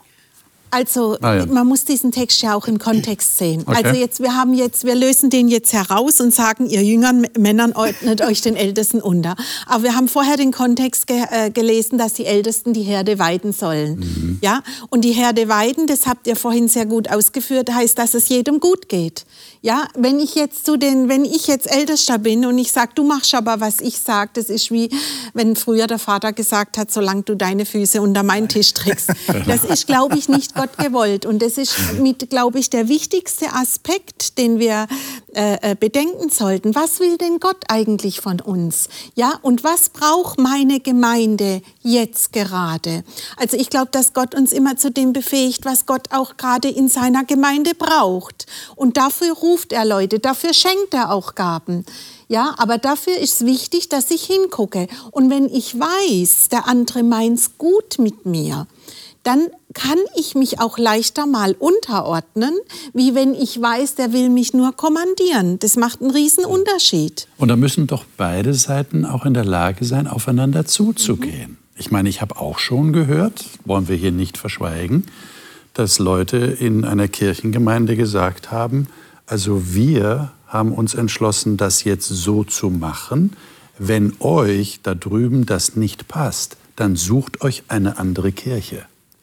Also ah, ja. man muss diesen Text ja auch im Kontext sehen. Okay. Also jetzt wir haben jetzt wir lösen den jetzt heraus und sagen, ihr jüngeren Männern ordnet euch den Ältesten unter. Aber wir haben vorher den Kontext ge äh, gelesen, dass die Ältesten die Herde weiden sollen. Mhm. Ja? Und die Herde weiden, das habt ihr vorhin sehr gut ausgeführt, heißt, dass es jedem gut geht. Ja, wenn ich jetzt zu den, wenn ich jetzt Ältester bin und ich sage, du machst aber, was ich sage, das ist wie, wenn früher der Vater gesagt hat, solange du deine Füße unter meinen Tisch trägst. Das ist, glaube ich, nicht Gott gewollt. Und das ist, mit, glaube ich, der wichtigste Aspekt, den wir äh, bedenken sollten. Was will denn Gott eigentlich von uns? Ja, und was braucht meine Gemeinde jetzt gerade? Also ich glaube, dass Gott uns immer zu dem befähigt, was Gott auch gerade in seiner Gemeinde braucht. Und dafür ruft er Leute, dafür schenkt er auch Gaben. Ja, aber dafür ist es wichtig, dass ich hingucke. Und wenn ich weiß, der andere meint's gut mit mir, dann kann ich mich auch leichter mal unterordnen, wie wenn ich weiß, der will mich nur kommandieren. Das macht einen riesen Unterschied. Und da müssen doch beide Seiten auch in der Lage sein, aufeinander zuzugehen. Mhm. Ich meine, ich habe auch schon gehört, wollen wir hier nicht verschweigen, dass Leute in einer Kirchengemeinde gesagt haben, also wir haben uns entschlossen, das jetzt so zu machen. Wenn euch da drüben das nicht passt, dann sucht euch eine andere Kirche.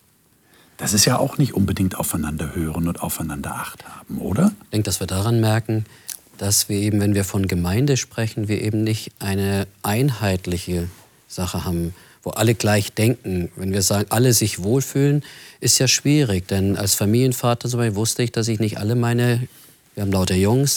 Das ist ja auch nicht unbedingt aufeinander hören und aufeinander Acht haben, oder? Ich denke, dass wir daran merken, dass wir eben, wenn wir von Gemeinde sprechen, wir eben nicht eine einheitliche Sache haben, wo alle gleich denken. Wenn wir sagen, alle sich wohlfühlen, ist ja schwierig. Denn als Familienvater zum Beispiel wusste ich, dass ich nicht alle meine, wir haben lauter Jungs,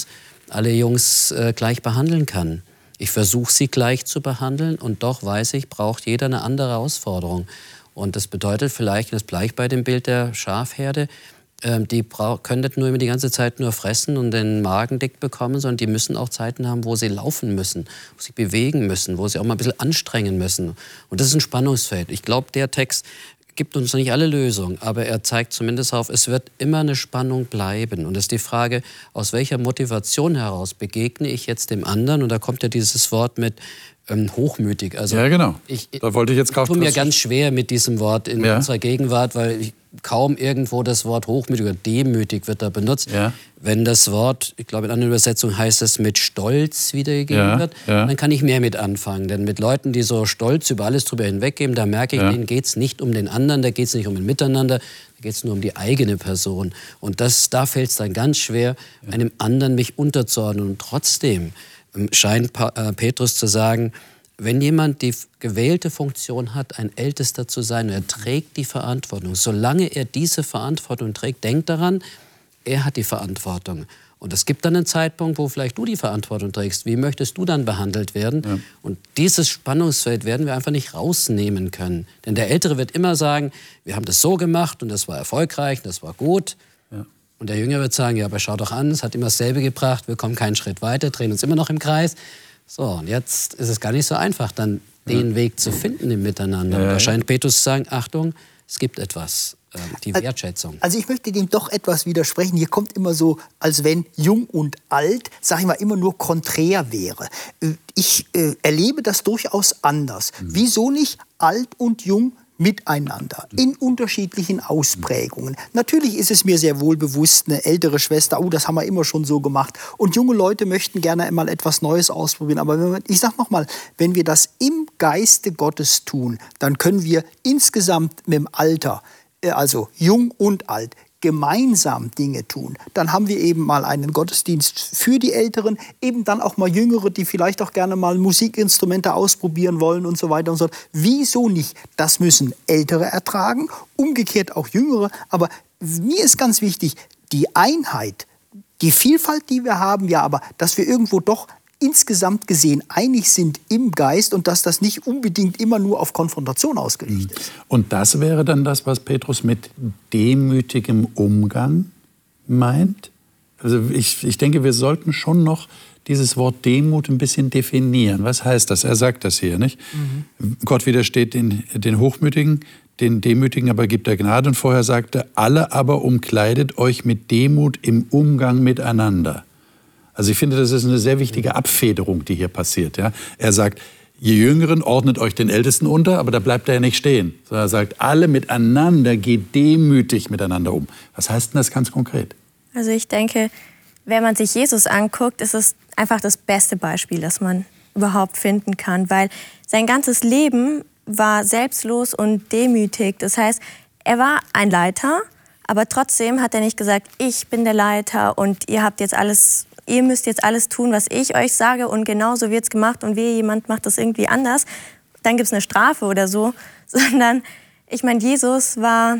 alle Jungs äh, gleich behandeln kann. Ich versuche, sie gleich zu behandeln und doch weiß ich, braucht jeder eine andere Herausforderung. Und das bedeutet vielleicht, das bleibt bei dem Bild der Schafherde, äh, die können nicht nur immer die ganze Zeit nur fressen und den Magen dick bekommen, sondern die müssen auch Zeiten haben, wo sie laufen müssen, wo sie bewegen müssen, wo sie auch mal ein bisschen anstrengen müssen. Und das ist ein Spannungsfeld. Ich glaube, der Text gibt uns nicht alle Lösungen, aber er zeigt zumindest auf, es wird immer eine Spannung bleiben. Und es ist die Frage, aus welcher Motivation heraus begegne ich jetzt dem anderen? Und da kommt ja dieses Wort mit ähm, hochmütig. Also ja, genau. Ich, da wollte ich jetzt ich tue mir ganz schwer mit diesem Wort in ja. unserer Gegenwart, weil ich, kaum irgendwo das Wort hochmütig oder demütig wird da benutzt. Ja. Wenn das Wort, ich glaube in einer Übersetzung heißt es mit Stolz wiedergegeben ja. wird, ja. dann kann ich mehr mit anfangen. Denn mit Leuten, die so stolz über alles drüber hinweggeben, da merke ich, ja. denen geht es nicht um den anderen, da geht es nicht um ein Miteinander, da geht es nur um die eigene Person. Und das, da fällt es dann ganz schwer, ja. einem anderen mich unterzuordnen. Und trotzdem scheint pa- äh, Petrus zu sagen, wenn jemand die gewählte Funktion hat, ein Ältester zu sein, er trägt die Verantwortung. Solange er diese Verantwortung trägt, denkt daran, er hat die Verantwortung. Und es gibt dann einen Zeitpunkt, wo vielleicht du die Verantwortung trägst. Wie möchtest du dann behandelt werden? Ja. Und dieses Spannungsfeld werden wir einfach nicht rausnehmen können. Denn der Ältere wird immer sagen, wir haben das so gemacht und das war erfolgreich, das war gut. Ja. Und der Jüngere wird sagen, ja, aber schau doch an, es hat immer dasselbe gebracht, wir kommen keinen Schritt weiter, drehen uns immer noch im Kreis. So, und jetzt ist es gar nicht so einfach, dann den ja. Weg zu finden im Miteinander. Ja, ja. Da scheint Petrus zu sagen, Achtung, es gibt etwas, äh, die Wertschätzung. Also ich möchte dem doch etwas widersprechen. Hier kommt immer so, als wenn jung und alt, sag ich mal, immer nur konträr wäre. Ich äh, erlebe das durchaus anders. Mhm. Wieso nicht alt und jung miteinander, in unterschiedlichen Ausprägungen. Natürlich ist es mir sehr wohl bewusst, eine ältere Schwester, oh, das haben wir immer schon so gemacht. Und junge Leute möchten gerne einmal etwas Neues ausprobieren. Aber wenn wir, ich sage nochmal, wenn wir das im Geiste Gottes tun, dann können wir insgesamt mit dem Alter, also jung und alt, gemeinsam Dinge tun. Dann haben wir eben mal einen Gottesdienst für die Älteren, eben dann auch mal Jüngere, die vielleicht auch gerne mal Musikinstrumente ausprobieren wollen und so weiter und so fort. Wieso nicht? Das müssen Ältere ertragen, umgekehrt auch Jüngere. Aber mir ist ganz wichtig, die Einheit, die Vielfalt, die wir haben, ja, aber dass wir irgendwo doch insgesamt gesehen einig sind im Geist und dass das nicht unbedingt immer nur auf Konfrontation ausgelegt ist. Und das wäre dann das, was Petrus mit demütigem Umgang meint? Also ich, ich denke, wir sollten schon noch dieses Wort Demut ein bisschen definieren. Was heißt das? Er sagt das hier, nicht? Mhm. Gott widersteht den, den Hochmütigen, den Demütigen aber gibt er Gnade. Und vorher sagte, alle aber umkleidet euch mit Demut im Umgang miteinander. Also ich finde, das ist eine sehr wichtige Abfederung, die hier passiert. Ja? Er sagt, ihr Jüngeren ordnet euch den Ältesten unter, aber da bleibt er ja nicht stehen. Sondern er sagt, alle miteinander, geht demütig miteinander um. Was heißt denn das ganz konkret? Also ich denke, wenn man sich Jesus anguckt, ist es einfach das beste Beispiel, das man überhaupt finden kann. Weil sein ganzes Leben war selbstlos und demütig. Das heißt, er war ein Leiter, aber trotzdem hat er nicht gesagt, ich bin der Leiter und ihr habt jetzt alles... Ihr müsst jetzt alles tun, was ich euch sage und genau so wird es gemacht und wehe, jemand macht das irgendwie anders, dann gibt es eine Strafe oder so. Sondern, ich meine, Jesus war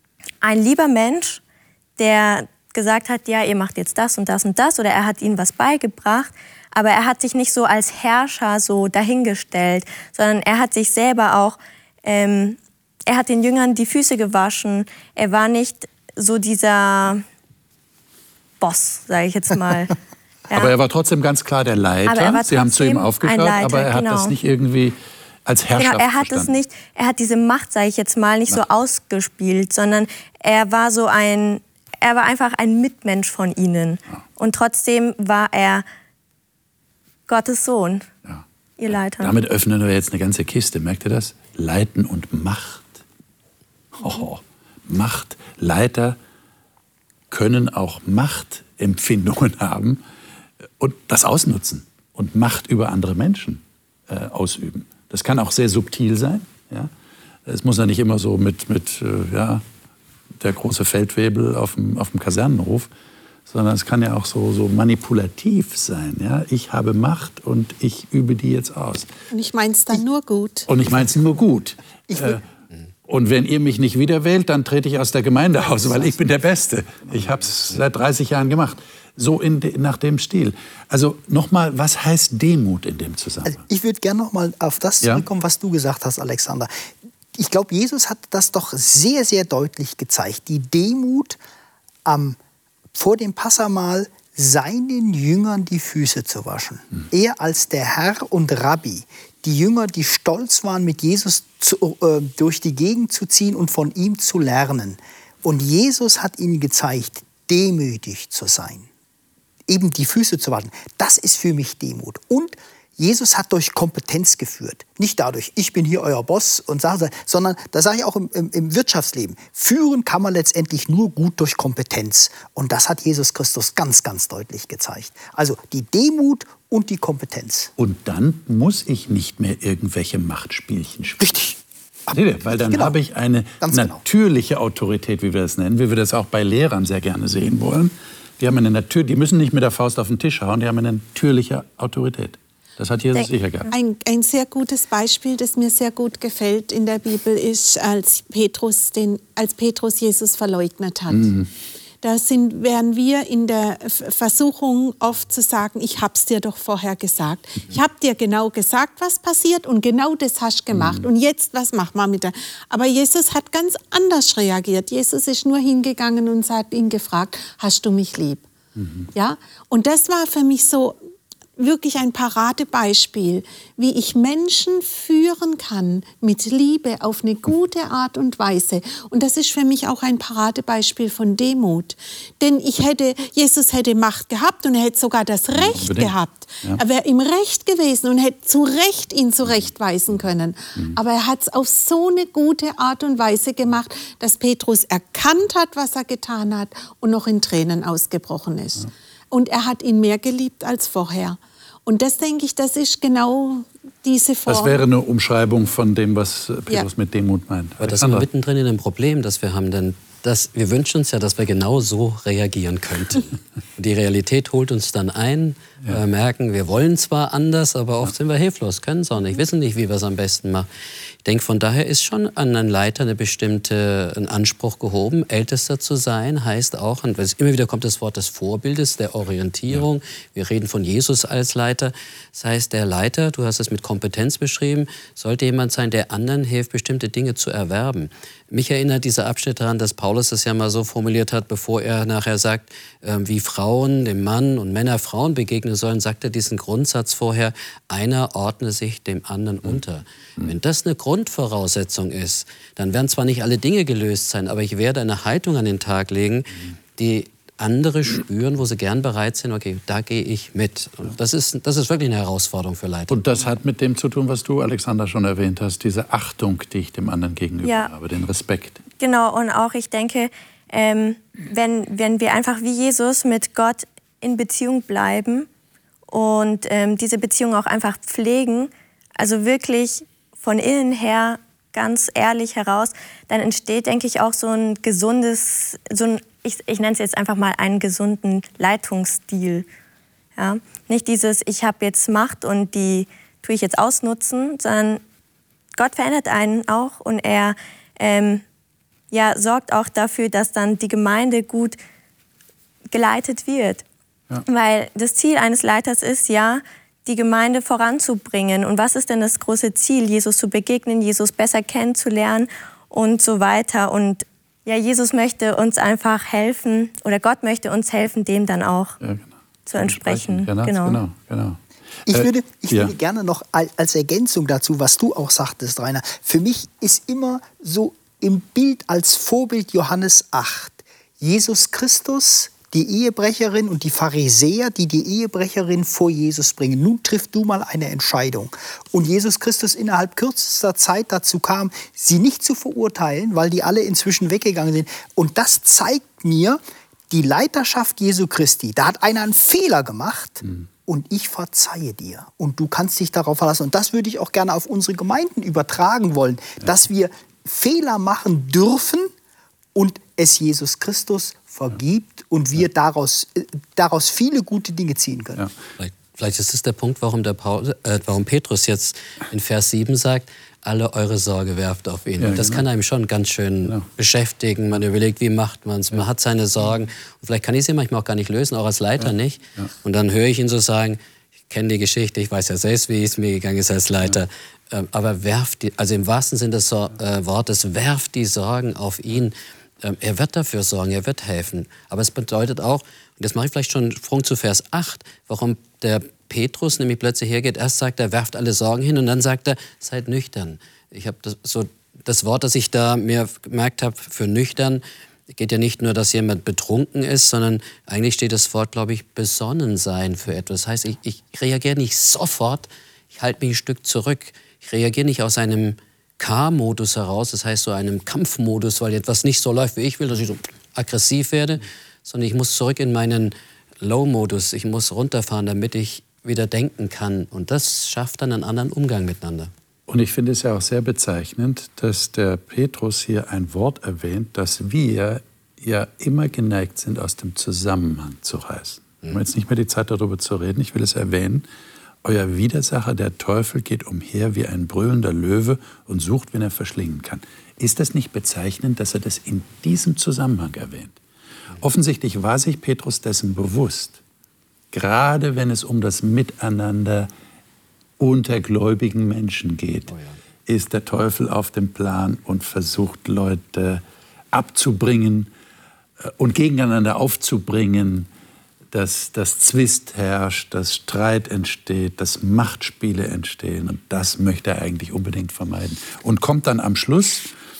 ein lieber Mensch, der gesagt hat, ja, ihr macht jetzt das und das und das oder er hat ihnen was beigebracht, aber er hat sich nicht so als Herrscher so dahingestellt, sondern er hat sich selber auch, ähm, er hat den Jüngern die Füße gewaschen, er war nicht so dieser Boss, sage ich jetzt mal. Ja. Aber er war trotzdem ganz klar der Leiter. Sie haben zu ihm aufgeschaut, Leiter, aber er hat genau. das nicht irgendwie als Herrschaft genau, er hat verstanden. es nicht, er hat diese Macht, sage ich jetzt mal, nicht Macht. so ausgespielt, sondern er war so ein, er war einfach ein Mitmensch von ihnen. Ja. Und trotzdem war er Gottes Sohn, ja. ihr Leiter. Damit öffnen wir jetzt eine ganze Kiste, merkt ihr das? Leiten und Macht. Oh, Macht, Leiter können auch Machtempfindungen haben und das ausnutzen und Macht über andere Menschen äh, ausüben. Das kann auch sehr subtil sein. Ja? Es muss ja nicht immer so mit, mit äh, ja, der große Feldwebel auf dem, auf dem Kasernenhof, sondern es kann ja auch so, so manipulativ sein. Ja? Ich habe Macht und ich übe die jetzt aus. Und ich meine es dann nur gut. Und ich meine es nur gut. Ich äh, Und wenn ihr mich nicht wiederwählt, dann trete ich aus der Gemeinde aus, weil ich bin der Beste. Ich habe es seit dreißig Jahren gemacht. so in de, nach dem Stil. Also nochmal, was heißt Demut in dem Zusammenhang? Also ich würde gerne noch mal auf das zurückkommen, ja? was du gesagt hast, Alexander. Ich glaube, Jesus hat das doch sehr, sehr deutlich gezeigt. Die Demut, am, vor dem Passamahl seinen Jüngern die Füße zu waschen. Hm. Er als der Herr und Rabbi, die Jünger, die stolz waren, mit Jesus zu, äh, durch die Gegend zu ziehen und von ihm zu lernen. Und Jesus hat ihnen gezeigt, demütig zu sein. Eben die Füße zu waschen. Das ist für mich Demut. Und Jesus hat durch Kompetenz geführt. Nicht dadurch, ich bin hier euer Boss und sage, sondern das sage ich auch im, im, im Wirtschaftsleben. Führen kann man letztendlich nur gut durch Kompetenz. Und das hat Jesus Christus ganz, ganz deutlich gezeigt. Also die Demut und die Kompetenz. Und dann muss ich nicht mehr irgendwelche Machtspielchen spielen. Richtig. Weil dann genau. habe ich eine Ganz natürliche genau. Autorität, wie wir das nennen, wie wir das auch bei Lehrern sehr gerne sehen wollen. Die haben eine Natur, die müssen nicht mit der Faust auf den Tisch hauen, die haben eine natürliche Autorität. Das hat Jesus sicher gehabt. Ein, ein sehr gutes Beispiel, das mir sehr gut gefällt in der Bibel, ist, als Petrus, den, als Petrus Jesus verleugnet hat. Mhm. Da sind, wären wir in der Versuchung oft zu sagen, ich hab's dir doch vorher gesagt. Ich hab dir genau gesagt, was passiert und genau das hast du gemacht. Mhm. Und jetzt, was machen wir mit der... Aber Jesus hat ganz anders reagiert. Jesus ist nur hingegangen und hat ihn gefragt, hast du mich lieb? Mhm. Ja? Und das war für mich so wirklich ein Paradebeispiel, wie ich Menschen führen kann mit Liebe auf eine gute Art und Weise. Und das ist für mich auch ein Paradebeispiel von Demut. Denn ich hätte, Jesus hätte Macht gehabt und er hätte sogar das Recht Unbedingt. gehabt. Ja. Er wäre im Recht gewesen und hätte zu Recht ihn zurechtweisen können. Mhm. Aber er hat es auf so eine gute Art und Weise gemacht, dass Petrus erkannt hat, was er getan hat und noch in Tränen ausgebrochen ist. Ja. Und er hat ihn mehr geliebt als vorher. Und das, denke ich, das ist genau diese Form. Das wäre eine Umschreibung von dem, was Petrus ja. mit Demut meint. Aber das sind wir mittendrin in dem Problem, das wir haben. Denn das, wir wünschen uns ja, dass wir genau so reagieren könnten. Die Realität holt uns dann ein. Ja. Wir merken, wir wollen zwar anders, aber oft ja. sind wir hilflos, können es auch nicht, wissen nicht, wie wir es am besten machen. Ich denke, von daher ist schon an einen Leiter eine bestimmte, ein Anspruch gehoben. Ältester zu sein heißt auch, und immer wieder kommt das Wort des Vorbildes, der Orientierung. Ja. Wir reden von Jesus als Leiter. Das heißt, der Leiter, du hast es mit Kompetenz beschrieben, sollte jemand sein, der anderen hilft, bestimmte Dinge zu erwerben. Mich erinnert dieser Abschnitt daran, dass Paulus das ja mal so formuliert hat, bevor er nachher sagt, äh, wie Frauen dem Mann und Männer Frauen begegnen sollen, sagt er diesen Grundsatz vorher, einer ordne sich dem anderen mhm. unter. Mhm. Wenn das eine Grundvoraussetzung ist, dann werden zwar nicht alle Dinge gelöst sein, aber ich werde eine Haltung an den Tag legen, mhm. die andere spüren, wo sie gern bereit sind, okay, da gehe ich mit. Und das ist, das ist wirklich eine Herausforderung für Leiter. Und das hat mit dem zu tun, was du, Alexander, schon erwähnt hast, diese Achtung, die ich dem anderen gegenüber ja. habe, den Respekt. Genau, und auch ich denke, ähm, wenn, wenn wir einfach wie Jesus mit Gott in Beziehung bleiben und ähm, diese Beziehung auch einfach pflegen, also wirklich von innen her ganz ehrlich heraus, dann entsteht, denke ich, auch so ein gesundes, so ein, ich, ich nenne es jetzt einfach mal einen gesunden Leitungsstil. Ja? Nicht dieses, ich habe jetzt Macht und die tue ich jetzt ausnutzen, sondern Gott verändert einen auch und er ähm, ja, sorgt auch dafür, dass dann die Gemeinde gut geleitet wird. Ja. Weil das Ziel eines Leiters ist ja, die Gemeinde voranzubringen. Und was ist denn das große Ziel? Jesus zu begegnen, Jesus besser kennenzulernen und so weiter. Und ja, Jesus möchte uns einfach helfen, oder Gott möchte uns helfen, dem dann auch ja, genau. zu entsprechen. Genau, genau. genau, genau. Ich, würde, ich ja. würde gerne noch als Ergänzung dazu, was du auch sagtest, Rainer, für mich ist immer so im Bild als Vorbild Johannes acht, Jesus Christus, die Ehebrecherin und die Pharisäer, die die Ehebrecherin vor Jesus bringen. Nun triff du mal eine Entscheidung. Und Jesus Christus innerhalb kürzester Zeit dazu kam, sie nicht zu verurteilen, weil die alle inzwischen weggegangen sind. Und das zeigt mir die Leiterschaft Jesu Christi. Da hat einer einen Fehler gemacht mhm. und ich verzeihe dir. Und du kannst dich darauf verlassen. Und das würde ich auch gerne auf unsere Gemeinden übertragen wollen, ja. dass wir Fehler machen dürfen und es Jesus Christus vergibt und wir daraus, daraus viele gute Dinge ziehen können. Ja. vielleicht ist das der Punkt, warum, der Paul, äh, warum Petrus jetzt in Vers sieben sagt, alle eure Sorge werft auf ihn. Ja, und das genau. kann einem schon ganz schön genau. beschäftigen. Man überlegt, wie macht man es? Man ja. hat seine Sorgen. Und vielleicht kann ich sie manchmal auch gar nicht lösen, auch als Leiter ja. nicht. Ja. Und dann höre ich ihn so sagen, ich kenne die Geschichte, ich weiß ja selbst, wie es mir gegangen ist als Leiter. Ja. Ähm, aber werft die, also im wahrsten Sinne des so äh, Wortes, werft die Sorgen auf ihn. Ähm, er wird dafür sorgen, er wird helfen. Aber es bedeutet auch, und das mache ich vielleicht schon einen Sprung zu Vers acht, warum der Petrus nämlich plötzlich hergeht, erst sagt er, werft alle Sorgen hin und dann sagt er, seid nüchtern. Ich habe das, so, das Wort, das ich da mir gemerkt habe für nüchtern, geht ja nicht nur, dass jemand betrunken ist, sondern eigentlich steht das Wort, glaube ich, besonnen sein für etwas. Das heißt, ich, ich reagiere nicht sofort, ich halte mich ein Stück zurück. Ich reagiere nicht aus einem K-Modus heraus, das heißt so einem Kampfmodus, weil etwas nicht so läuft, wie ich will, dass ich so aggressiv werde, sondern ich muss zurück in meinen Low-Modus, ich muss runterfahren, damit ich wieder denken kann. Und das schafft dann einen anderen Umgang miteinander. Und ich finde es ja auch sehr bezeichnend, dass der Petrus hier ein Wort erwähnt, dass wir ja immer geneigt sind, aus dem Zusammenhang zu reißen. Ich habe jetzt nicht mehr die Zeit, darüber zu reden, ich will es erwähnen. Euer Widersacher, der Teufel, geht umher wie ein brüllender Löwe und sucht, wen er verschlingen kann. Ist das nicht bezeichnend, dass er das in diesem Zusammenhang erwähnt? Offensichtlich war sich Petrus dessen bewusst. Gerade wenn es um das Miteinander unter gläubigen Menschen geht, oh ja. ist der Teufel auf dem Plan und versucht, Leute abzubringen und gegeneinander aufzubringen, dass, dass Zwist herrscht, dass Streit entsteht, dass Machtspiele entstehen. Und das möchte er eigentlich unbedingt vermeiden. Und kommt dann am Schluss,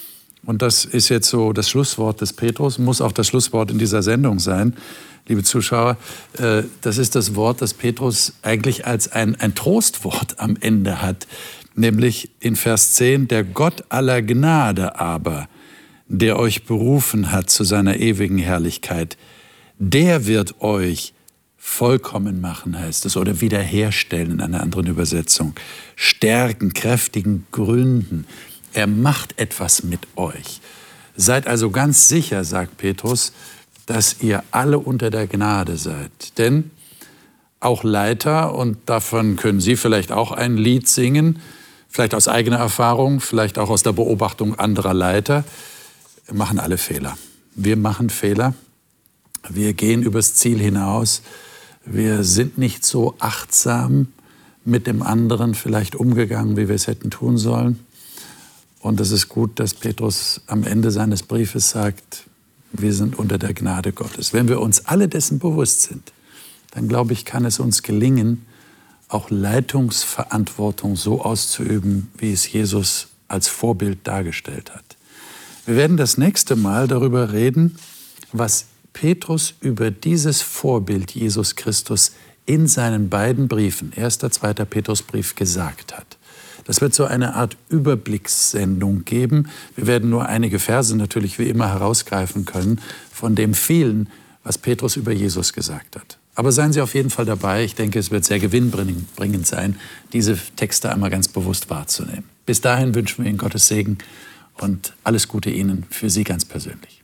und das ist jetzt so das Schlusswort des Petrus, muss auch das Schlusswort in dieser Sendung sein, liebe Zuschauer, äh, das ist das Wort, das Petrus eigentlich als ein, ein Trostwort am Ende hat. Nämlich in Vers zehn, der Gott aller Gnade aber, der euch berufen hat zu seiner ewigen Herrlichkeit, der wird euch vollkommen machen, heißt es, oder wiederherstellen in einer anderen Übersetzung. Stärken, kräftigen, gründen. Er macht etwas mit euch. Seid also ganz sicher, sagt Petrus, dass ihr alle unter der Gnade seid. Denn auch Leiter, und davon können Sie vielleicht auch ein Lied singen, vielleicht aus eigener Erfahrung, vielleicht auch aus der Beobachtung anderer Leiter, machen alle Fehler. Wir machen Fehler, wir gehen übers Ziel hinaus, wir sind nicht so achtsam mit dem anderen vielleicht umgegangen, wie wir es hätten tun sollen. Und es ist gut, dass Petrus am Ende seines Briefes sagt, wir sind unter der Gnade Gottes. Wenn wir uns alle dessen bewusst sind, dann glaube ich, kann es uns gelingen, auch Leitungsverantwortung so auszuüben, wie es Jesus als Vorbild dargestellt hat. Wir werden das nächste Mal darüber reden, was Petrus über dieses Vorbild Jesus Christus in seinen beiden Briefen, erster, zweiter Petrusbrief, gesagt hat. Das wird so eine Art Überblickssendung geben. Wir werden nur einige Verse natürlich wie immer herausgreifen können von dem vielen, was Petrus über Jesus gesagt hat. Aber seien Sie auf jeden Fall dabei. Ich denke, es wird sehr gewinnbringend sein, diese Texte einmal ganz bewusst wahrzunehmen. Bis dahin wünschen wir Ihnen Gottes Segen und alles Gute Ihnen für Sie ganz persönlich.